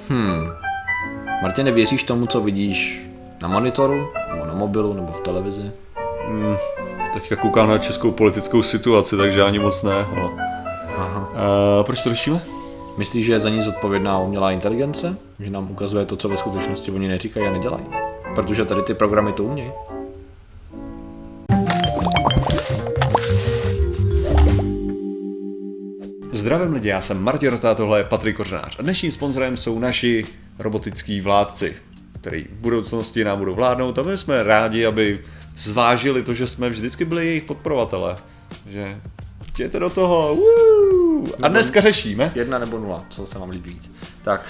Martine, věříš tomu, co vidíš na monitoru, nebo na mobilu, nebo v televizi? Teďka koukám na českou politickou situaci, takže ani moc ne. Ale... Aha. Proč to řešíme? Myslíš, že je za ní zodpovědná umělá inteligence? Že nám ukazuje to, co ve skutečnosti oni neříkají a nedělají? Protože tady ty programy to umějí. Zdravím lidi, já jsem Martin Rota, tohle je Patrik Kořenář a dnešním sponzorem jsou naši robotický vládci, který v budoucnosti nám budou vládnout a my jsme rádi, aby zvážili to, že jsme vždycky byli jejich podporovatelé. Že jděte do toho, a dneska řešíme 1 nebo 0, co se vám líbí víc. Tak,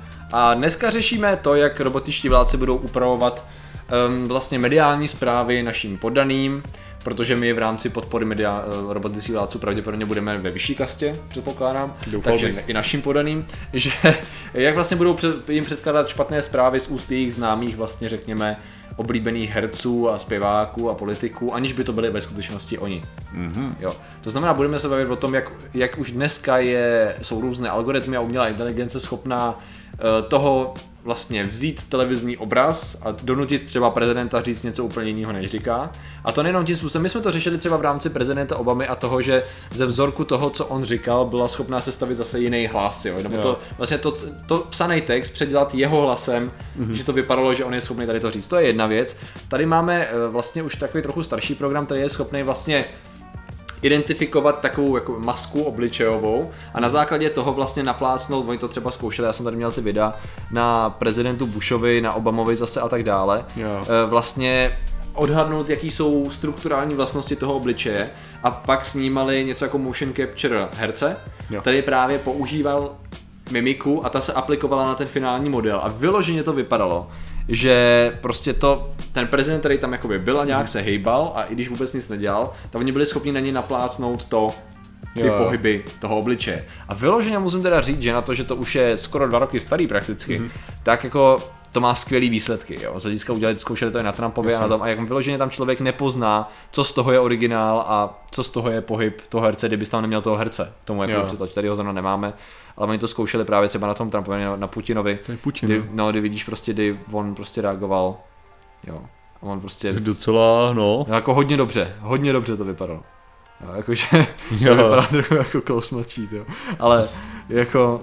a dneska řešíme to, jak robotičtí vládci budou upravovat vlastně mediální zprávy našim poddaným, protože my v rámci podpory robotických vládců pravděpodobně budeme ve vyšší kastě, předpokládám, takže i našim podaným, že jak vlastně budou jim předkládat špatné zprávy z úst jejich známých, vlastně řekněme, oblíbených herců a zpěváků a politiků, aniž by to byli ve skutečnosti oni. Mm-hmm. Jo. To znamená, budeme se bavit o tom, jak už dneska jsou různé algoritmy a umělá inteligence schopná toho vlastně vzít televizní obraz a donutit třeba prezidenta říct něco úplně jiného, než říká. A to nejenom tím způsobem, my jsme to řešili třeba v rámci prezidenta Obamy a toho, že ze vzorku toho, co on říkal, byla schopná sestavit zase jiný hlas, jo. Nebo to vlastně to psaný text předělat jeho hlasem, že to vypadalo, že on je schopný tady to říct. To je jedna věc. Tady máme vlastně už takový trochu starší program, který je schopný vlastně identifikovat takovou jako masku obličejovou a na základě toho vlastně naplácnout, oni to třeba zkoušeli, já jsem tady měl ty videa na prezidentu Bushovi, na Obamovi zase a tak dále, vlastně odhadnout, jaký jsou strukturální vlastnosti toho obličeje a pak snímali něco jako motion capture herce, který právě používal mimiku a ta se aplikovala na ten finální model a vyloženě to vypadalo, že prostě ten prezident, který tam jakoby byl a nějak se hejbal a i když vůbec nic nedělal, tak oni byli schopni na něj naplácnout ty pohyby toho obličeje. A vyloženě musím teda říct, že na to, že to už je skoro 2 roky starý prakticky, tak jako to má skvělý výsledky, jo. Z hlediska zkoušeli to i na Trumpově a na tom a jak vyloženě tam člověk nepozná, co z toho je originál a co z toho je pohyb toho herce, kdyby tam neměl toho herce. Tomu jako přitlač, tady ho zrovna nemáme, ale oni to zkoušeli právě třeba na tom Trumpově, na Putinovi. To je Putin. Kdy vidíš prostě, kdy on prostě reagoval, jo. A on prostě docela, jako hodně dobře to vypadalo. Jo, jakože to vypadá trochu jako Klaus mladší, jo. Ale jako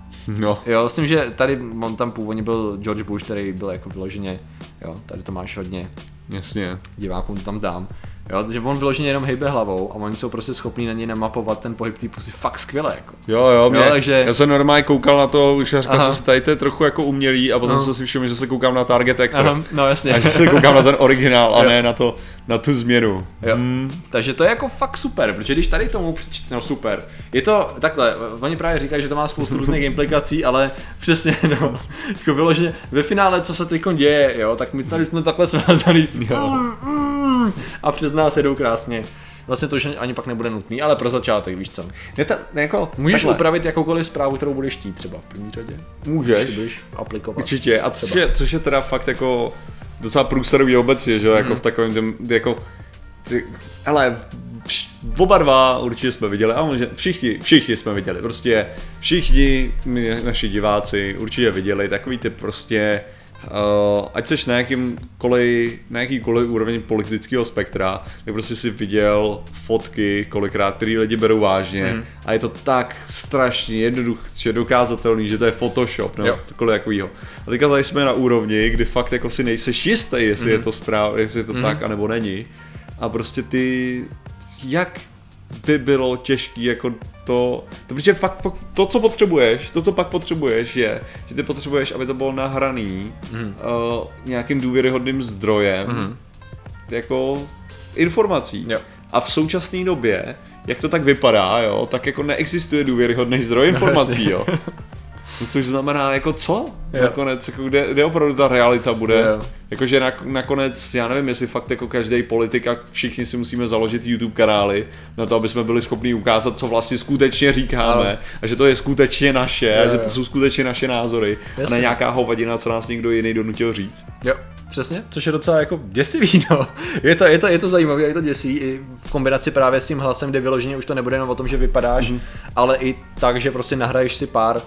jo, myslím, že tady on tam původně byl George Bush, který byl jako vyloženě, jo, tady to máš hodně. Jasně. Divákům to tam dám. Jo, takže on vyloženě jenom hejbe hlavou a oni jsou prostě schopní na něj namapovat ten pohyb té pusy fakt skvěle jako. Jo, takže... Já jsem normálně koukal na to, už říkal se tady to je trochu jako umělý a potom jsem si všiml, že se koukám na Target Actor. No jasně. A že se koukám na ten originál a ne na tu změnu. Jo. Takže to je jako fakt super, protože když tady tomu super. Je to takhle, oni právě říkají, že to má spoustu různých implikací, ale přesně jako vyloženě ve finále, co se teďko děje, jo, tak my tady jsme takhle svázaný. A přes nás jedou krásně. Vlastně to už ani pak nebude nutný, ale pro začátek, víš co. Můžeš upravit jakoukoliv zprávu, kterou budeš chtít třeba v první řadě. Můžeš. Když budeš aplikovat. Určitě. A což je teda fakt jako docela průserový obecně, že jako v takovém těm, jako ale oba dva určitě jsme viděli, a všichni jsme viděli, prostě všichni naši diváci určitě viděli takový ty prostě ať seš na jakýkoliv úrovni politického spektra, tak prostě si viděl fotky kolikrát, který lidi berou vážně a je to tak strašně jednoduše dokázatelný, že to je Photoshop nebo cokoliv takovýho. A teďka tady jsme na úrovni, kdy fakt jako si nejseš jistý, jestli je to jestli je to tak, anebo není. A prostě jak by bylo těžký jako to protože fakt to, co pak potřebuješ je, že ty potřebuješ, aby to bylo nahraný nějakým důvěryhodným zdrojem jako informací. Jo. A v současné době, jak to tak vypadá, jo, tak jako neexistuje důvěryhodný zdroj informací, jo. Což znamená jako co? Nakonec, jako kde opravdu ta realita bude? Jakože nakonec, já nevím, jestli fakt jako každý politik a všichni si musíme založit YouTube kanály na to, aby jsme byli schopni ukázat, co vlastně skutečně říkáme a že to je skutečně naše, a že to jsou skutečně naše názory a ne nějaká hovadina, co nás někdo jiný donutil říct. Jo, přesně, což je docela jako děsivý, no. Je to zajímavé, je to děsivý i v kombinaci právě s tím hlasem, kde vyloženě už to nebude jenom o tom, že vypadáš, ale i tak, že prostě nahraješ si pár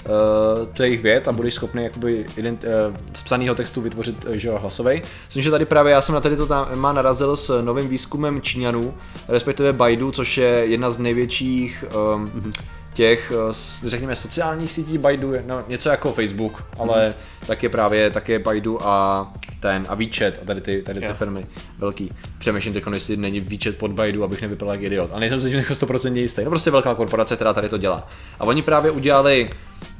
to jejich vět a budeš schopný jakoby z psanýho textu vytvořit, že jo, hlasovej. Myslím, že tady právě já jsem na tady to tam narazil s novým výzkumem Číňanů, respektive Baidu, což je jedna z největších těch, řekněme, sociálních sítí. Baidu, no, něco jako Facebook, ale tak je Baidu a WeChat a tady ty firmy velký. Přemýšlím teď, jestli není WeChat pod Baidu, abych nevypadal jak idiot. A nejsem si tím jako 100% jistý. No prostě velká korporace, která tady to dělá. A oni právě udělali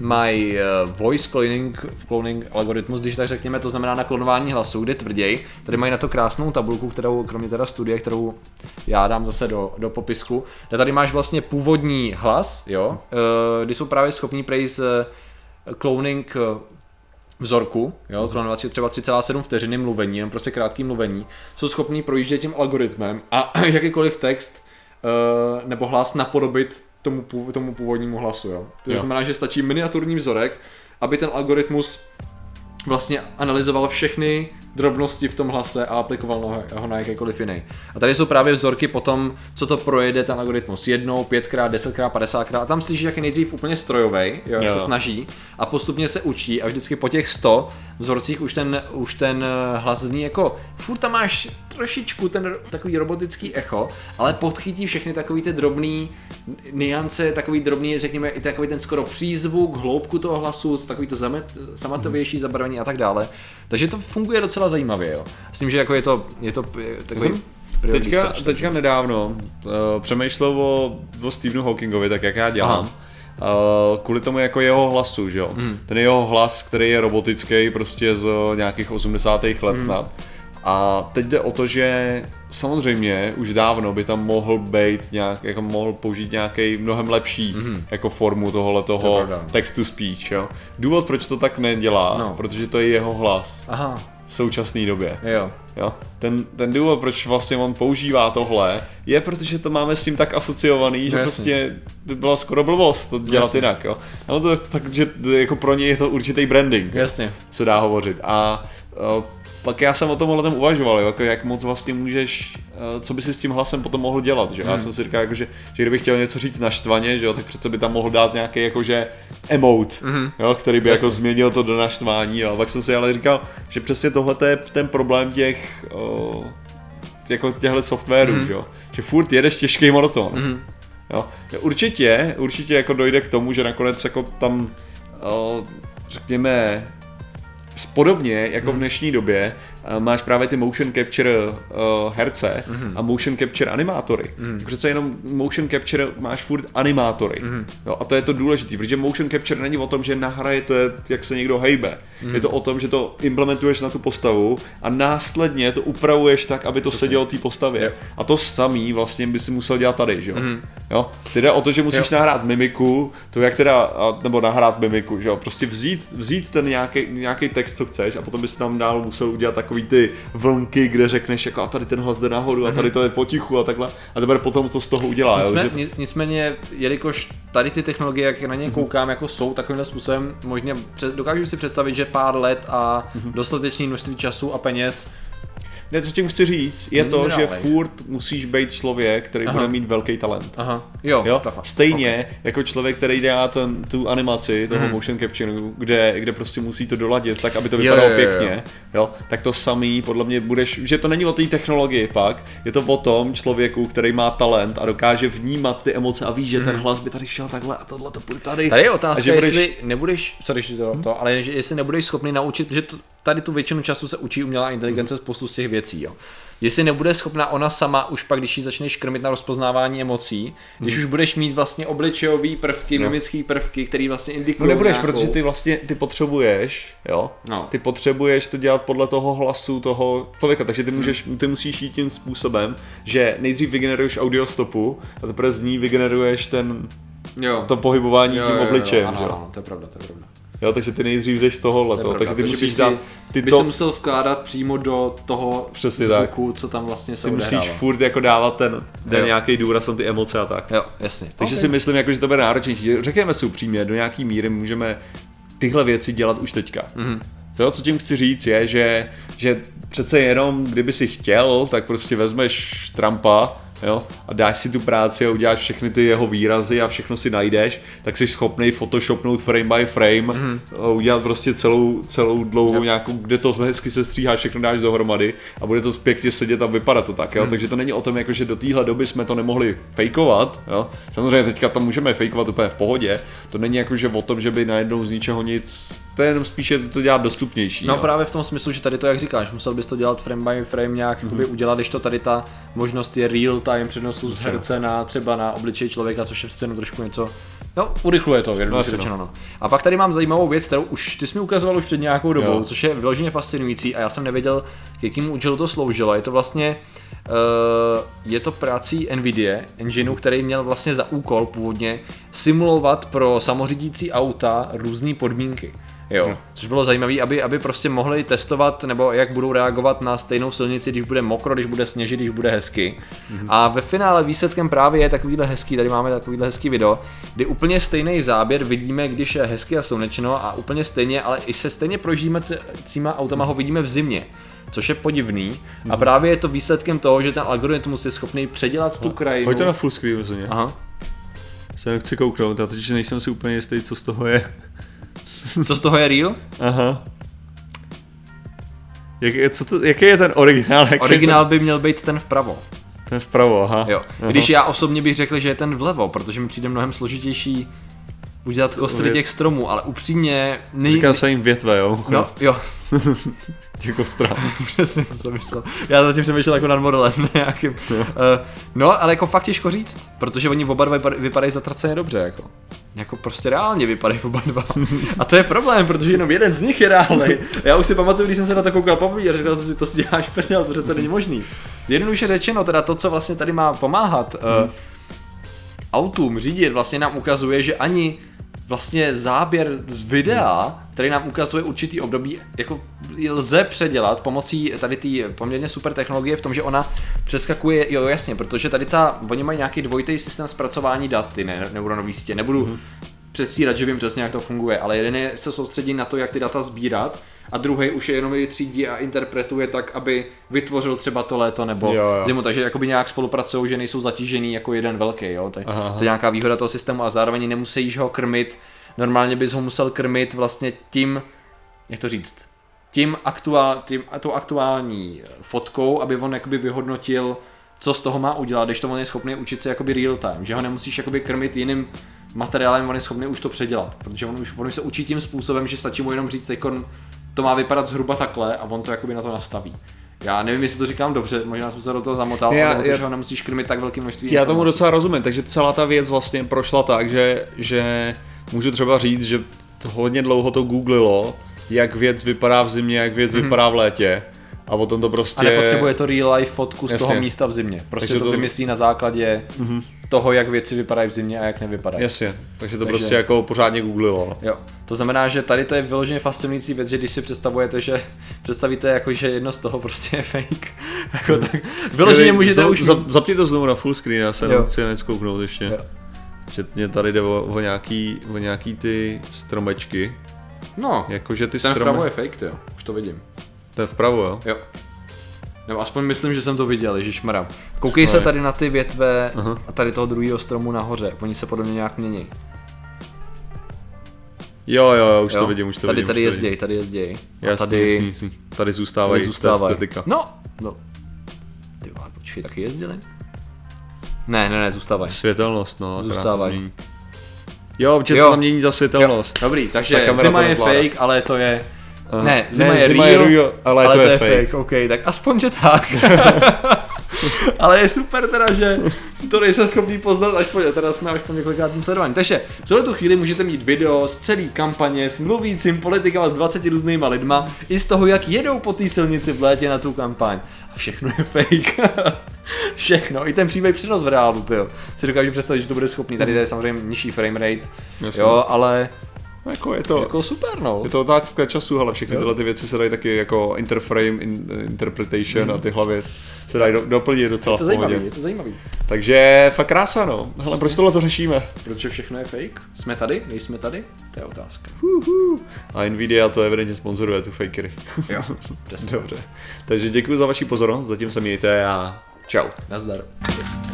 voice cloning algoritmus, když tak řekněme, to znamená na klonování hlasu, kde tvrději. Tady mají na to krásnou tabulku, kterou, kromě teda studie, kterou já dám zase do popisku. Tady máš vlastně původní hlas, jo, kdy jsou právě schopní prejít cloning vzorku, jo, klonovací třeba 3,7 vteřiny mluvení, jenom prostě krátký mluvení, jsou schopní projíždět tím algoritmem a jakýkoliv text nebo hlas napodobit tomu původnímu hlasu, jo. To znamená, že stačí miniaturní vzorek, aby ten algoritmus vlastně analyzoval všechny drobnosti v tom hlase a aplikoval ho na jakýkoliv jiný. A tady jsou právě vzorky potom, co to projede ten algoritmus. 1, 5x, 10x, 50x. A tam slyšíš, jak je nejdřív úplně strojovej, jo, jak se snaží a postupně se učí a vždycky po těch 100 vzorcích už ten hlas zní jako furt tam máš trošičku ten takový robotický echo, ale podchytí všechny takový ty drobný niance, takový drobný, řekněme i takový ten skoro přízvuk, hloubku toho hlasu, takový to zamatovější zabarvení a tak dále. Takže to funguje docela zajímavě, jo. Myslím, že jako je to takový teďka nedávno přemýšlel o Stephenu Hawkingovi, tak jak já dělám. Kvůli tomu jako jeho hlasu, že jo. Ten jeho hlas, který je robotický prostě z nějakých 80. let snad. A teď jde o to, že samozřejmě už dávno by tam mohl být jako mohl použít nějaký mnohem lepší jako formu tohohletoho text to speech, jo. Důvod, proč to tak nedělá, protože to je jeho hlas. V současné době. Jo. Ten důvod, proč vlastně on používá tohle, je protože to máme s tím tak asociovaný, že prostě by byla skoro blbost to dělat jinak, jo. No to je tak, že jako pro něj je to určitý branding, co dá hovořit. A pak já jsem o tomhle uvažoval, jako jak moc vlastně můžeš, co by si s tím hlasem potom mohl dělat, že? Já jsem si říkal, jako, že kdybych chtěl něco říct naštvaně, že jo, tak přece by tam mohl dát nějaký jakože emote, jo, který by jako změnil to do naštvání, jo. A pak jsem si ale říkal, že přesně tohle je ten problém těch jako těchto softwarů, že jo, že furt jedeš těžký monoton. Jo. Určitě jako dojde k tomu, že nakonec jako tam řekněme podobně jako v dnešní době máš právě ty motion capture herce a motion capture animátory. Přece jenom motion capture máš furt animátory. Jo, a to je to důležité, protože motion capture není o tom, že nahraje to, jak se někdo hejbe. Je to o tom, že to implementuješ na tu postavu a následně to upravuješ tak, aby to sedělo té postavě. A to samý vlastně by si musel dělat tady, že jo? Jo? Ty jde o to, že musíš nahrát mimiku, to jak teda, nebo nahrát mimiku, že jo? Prostě vzít ten nějaký text, co chceš, a potom bys tam dál musel udělat takový ty vlnky, kde řekneš jako a tady ten hlas jde nahoru a tady to je potichu a takhle, a teprve potom to z toho udělá. Nicméně, jelikož tady ty technologie, jak na ně koukám, jako jsou takovýmhle způsobem, možná dokážu si představit, že pár let a dostatečné množství času a peněz. Ne, co tím chci říct, je to, že furt musíš být člověk, který bude mít velký talent. Jo? Stejně jako člověk, který dělá tu animaci toho motion captureu, kde prostě musí to doladit tak, aby to vypadalo pěkně. Jo? Tak to samý, podle mě budeš, že to není o té technologii pak, je to o tom člověku, který má talent a dokáže vnímat ty emoce a ví, že ten hlas by tady šel takhle a tohle to bude tady. Tady je otázka, jestli nebudeš, ale jestli nebudeš schopný naučit, že tady tu většinu času se učí umělá inteligence spoustu z těch věcí, jo. Jestli nebude schopna ona sama, už pak, když ji začneš krmit na rozpoznávání emocí, když už budeš mít vlastně obličejový prvky, mimický prvky, který vlastně indikují. No nebudeš, protože ty potřebuješ, jo. Ty potřebuješ to dělat podle toho hlasu toho člověka, takže ty musíš jít tím způsobem, že nejdřív vygeneruješ audiostopu a teprve z ní vygeneruješ to pohybování tím obličejem, že jo. To je pravda. Jo, takže ty nejdřív jdeš z tohohleto, takže ty musíš dát... Ty se musel vkládat přímo do toho zvuku, co tam vlastně se odehrává. Ty musíš furt jako dávat ten nějaký důraz na ty emoce a tak. Jo, jasně. Takže si myslím, jako, že to bude náročnější. Řekněme si upřímně, do nějaký míry můžeme tyhle věci dělat už teďka. To, co tím chci říct, je, že přece jenom, kdyby si chtěl, tak prostě vezmeš Trumpa jo, a dáš si tu práci a uděláš všechny ty jeho výrazy a všechno si najdeš, tak jsi schopný photoshopnout frame by frame, a udělat prostě celou dlouhou nějakou, kde to hezky se stříháš, všechno dáš dohromady a bude to pěkně sedět a vypadat to tak, jo, takže to není o tom, jako, že do téhle doby jsme to nemohli fejkovat, jo, samozřejmě teďka to můžeme fejkovat úplně v pohodě, to není jako, že o tom, že by najednou z ničeho nic, to je jenom spíše to dělat dostupnější. No jo. právě v tom smyslu, že tady to, jak říkáš, musel bys to dělat frame by frame nějak udělat, když to tady ta možnost je real time přenosu z herce na třeba na obličej člověka, což je přece trošku něco, no urychluje to, jednoduše řečeno, no. A pak tady mám zajímavou věc, kterou už ty jsi mi ukazoval už před nějakou dobou, což je vyloženě fascinující a já jsem nevěděl, k jakému účelu to sloužilo. Je to vlastně je to prací NVIDIA engineu, který měl vlastně za úkol původně simulovat pro samořídící auta různé podmínky. Jo, což bylo zajímavé, aby prostě mohli testovat, nebo jak budou reagovat na stejnou silnici, když bude mokro, když bude sněžit, když bude hezky. A ve finále výsledkem právě je takovýhle hezký, tady máme takovýhle hezký video, kdy úplně stejný záběr vidíme, když je hezky a slunečno a úplně stejně, ale i se stejně projíždícíma autama ho vidíme v zimě. Což je podivný a právě je to výsledkem toho, že ten algoritmus je schopný předělat tu krajinu. Pojď to na full screen rozhodně. Aha. Se nechci kouknout, já totiž nejsem si úplně jistý, co z toho je. Co z toho je real? Aha. Jaký je ten originál? Originál by měl být ten vpravo. Ten vpravo, aha. Jo. Když já osobně bych řekl, že je ten vlevo, protože mi přijde mnohem složitější udělat kostry těch stromů, ale upřímně... Říkal jsem jim větve, jo? No, jo. Těch kostrá. Přesně to jsem myslel. Já zatím přemýšlel jako nad modelem nějakým. No, ale jako fakt těžko říct, protože oni oba dva vypadají zatraceně dobře, jako. Jako prostě reálně vypadají oba dva. A to je problém, protože jenom jeden z nich je reálný. Já už si pamatuju, když jsem se na to koukal poprvé a říkal jsem si, to si děláš prdel, to přece není možný. Jednoduše řečeno, teda to, co vlastně tady má pomáhat autům řídit, vlastně nám ukazuje, že ani vlastně záběr z videa, který nám ukazuje určitý období, jako lze předělat pomocí tady té poměrně super technologie v tom, že ona přeskakuje, jo jasně, protože tady oni mají nějaký dvojitý systém zpracování dat, ty neuronové sítě, nebudu předstírat, že vím přesně, jak to funguje, ale jeden je se soustředí na to, jak ty data sbírat, a druhý už je jenom je třídí a interpretuje tak, aby vytvořil třeba to léto nebo zimu, takže jakoby nějak spolupracují, že nejsou zatížený jako jeden velký, jo, to je nějaká výhoda toho systému a zároveň nemusíš ho krmit, normálně bys ho musel krmit vlastně tím, jak to říct, tou aktuální fotkou, aby on jakoby vyhodnotil, co z toho má udělat, když to on je schopný učit se jakoby real time, že ho nemusíš jakoby krmit jiným materiálem, on je schopný už to předělat, protože on už se učí tím způsobem, že stačí mu jenom říct, to má vypadat zhruba takhle a on to jakoby na to nastaví. Já nevím, jestli to říkám dobře, možná jsem se do toho zamotal, protože ho nemusíš krmit tak velké množství informací. Já tomu docela rozumím, takže celá ta věc vlastně prošla tak, že můžu třeba říct, že hodně dlouho to googlilo, jak věc vypadá v zimě, jak věc vypadá v létě. A potom to prostě... A nepotřebuje to real life fotku z toho místa v zimě. Prostě to vymyslí na základě toho, jak věci vypadají v zimě a jak nevypadají. Jasně, takže to prostě jako pořádně googlilo. Jo, to znamená, že tady to je vyloženě fascinující věc, že když si představíte jako, že jedno z toho prostě je fake. Jako tak, vyloženě můžete už... Zapni to znovu na full screen, já se chci hned zkouknout ještě. Jo. Že mě tady jde o nějaký ty stromečky. No, jakože ty ten vpravo je fake, jo, už to vidím. Ten vpravo, jo? Jo. Nebo aspoň myslím, že jsem to viděl, ježišmarja. Koukej se tady na ty větve a tady toho druhého stromu nahoře, oni se podobně nějak mění. Jo, už to vidím, Tady jezděj. Jasný. Tady zůstávají. No. Ty vole, počkej, taky jezdili? Ne, zůstávají. Světelnost, no. Zůstávají. Jo, protože se tam mění ta světelnost. Dobrý, takže zima je fake, ale to je... Ne, zima je real, ale to je fake. OK, tak aspoň, že tak. Ale je super teda, že to nejsme schopný poznat až po několikátém sledování. Takže v tuhletu chvíli můžete mít video z celý kampaně s mluvícím politikama s 20 různýma lidma i z toho, jak jedou po té silnici v létě na tu kampaň. A všechno je fake. Všechno, i ten přímý přenos v reálu, tyjo. Si dokážu představit, že to bude schopný. Tady je samozřejmě nižší frame rate, jo, ale... Jako je to jako super, no. Je to otázka času, ale všechny tyhle ty věci se dají taky jako interframe interpretation a ty hlavy se dají doplnit docela v pohodě. Je to zajímavý. Takže fakt krása, no. Hele, proč tohle to řešíme? Protože všechno je fake? Jsme tady? Nejsme tady? To je otázka. A Nvidia to evidentně sponzoruje, tu fakery. Jo, přesně. Dobře. Takže děkuji za vaši pozornost, zatím se mějte a čau. Nazdar.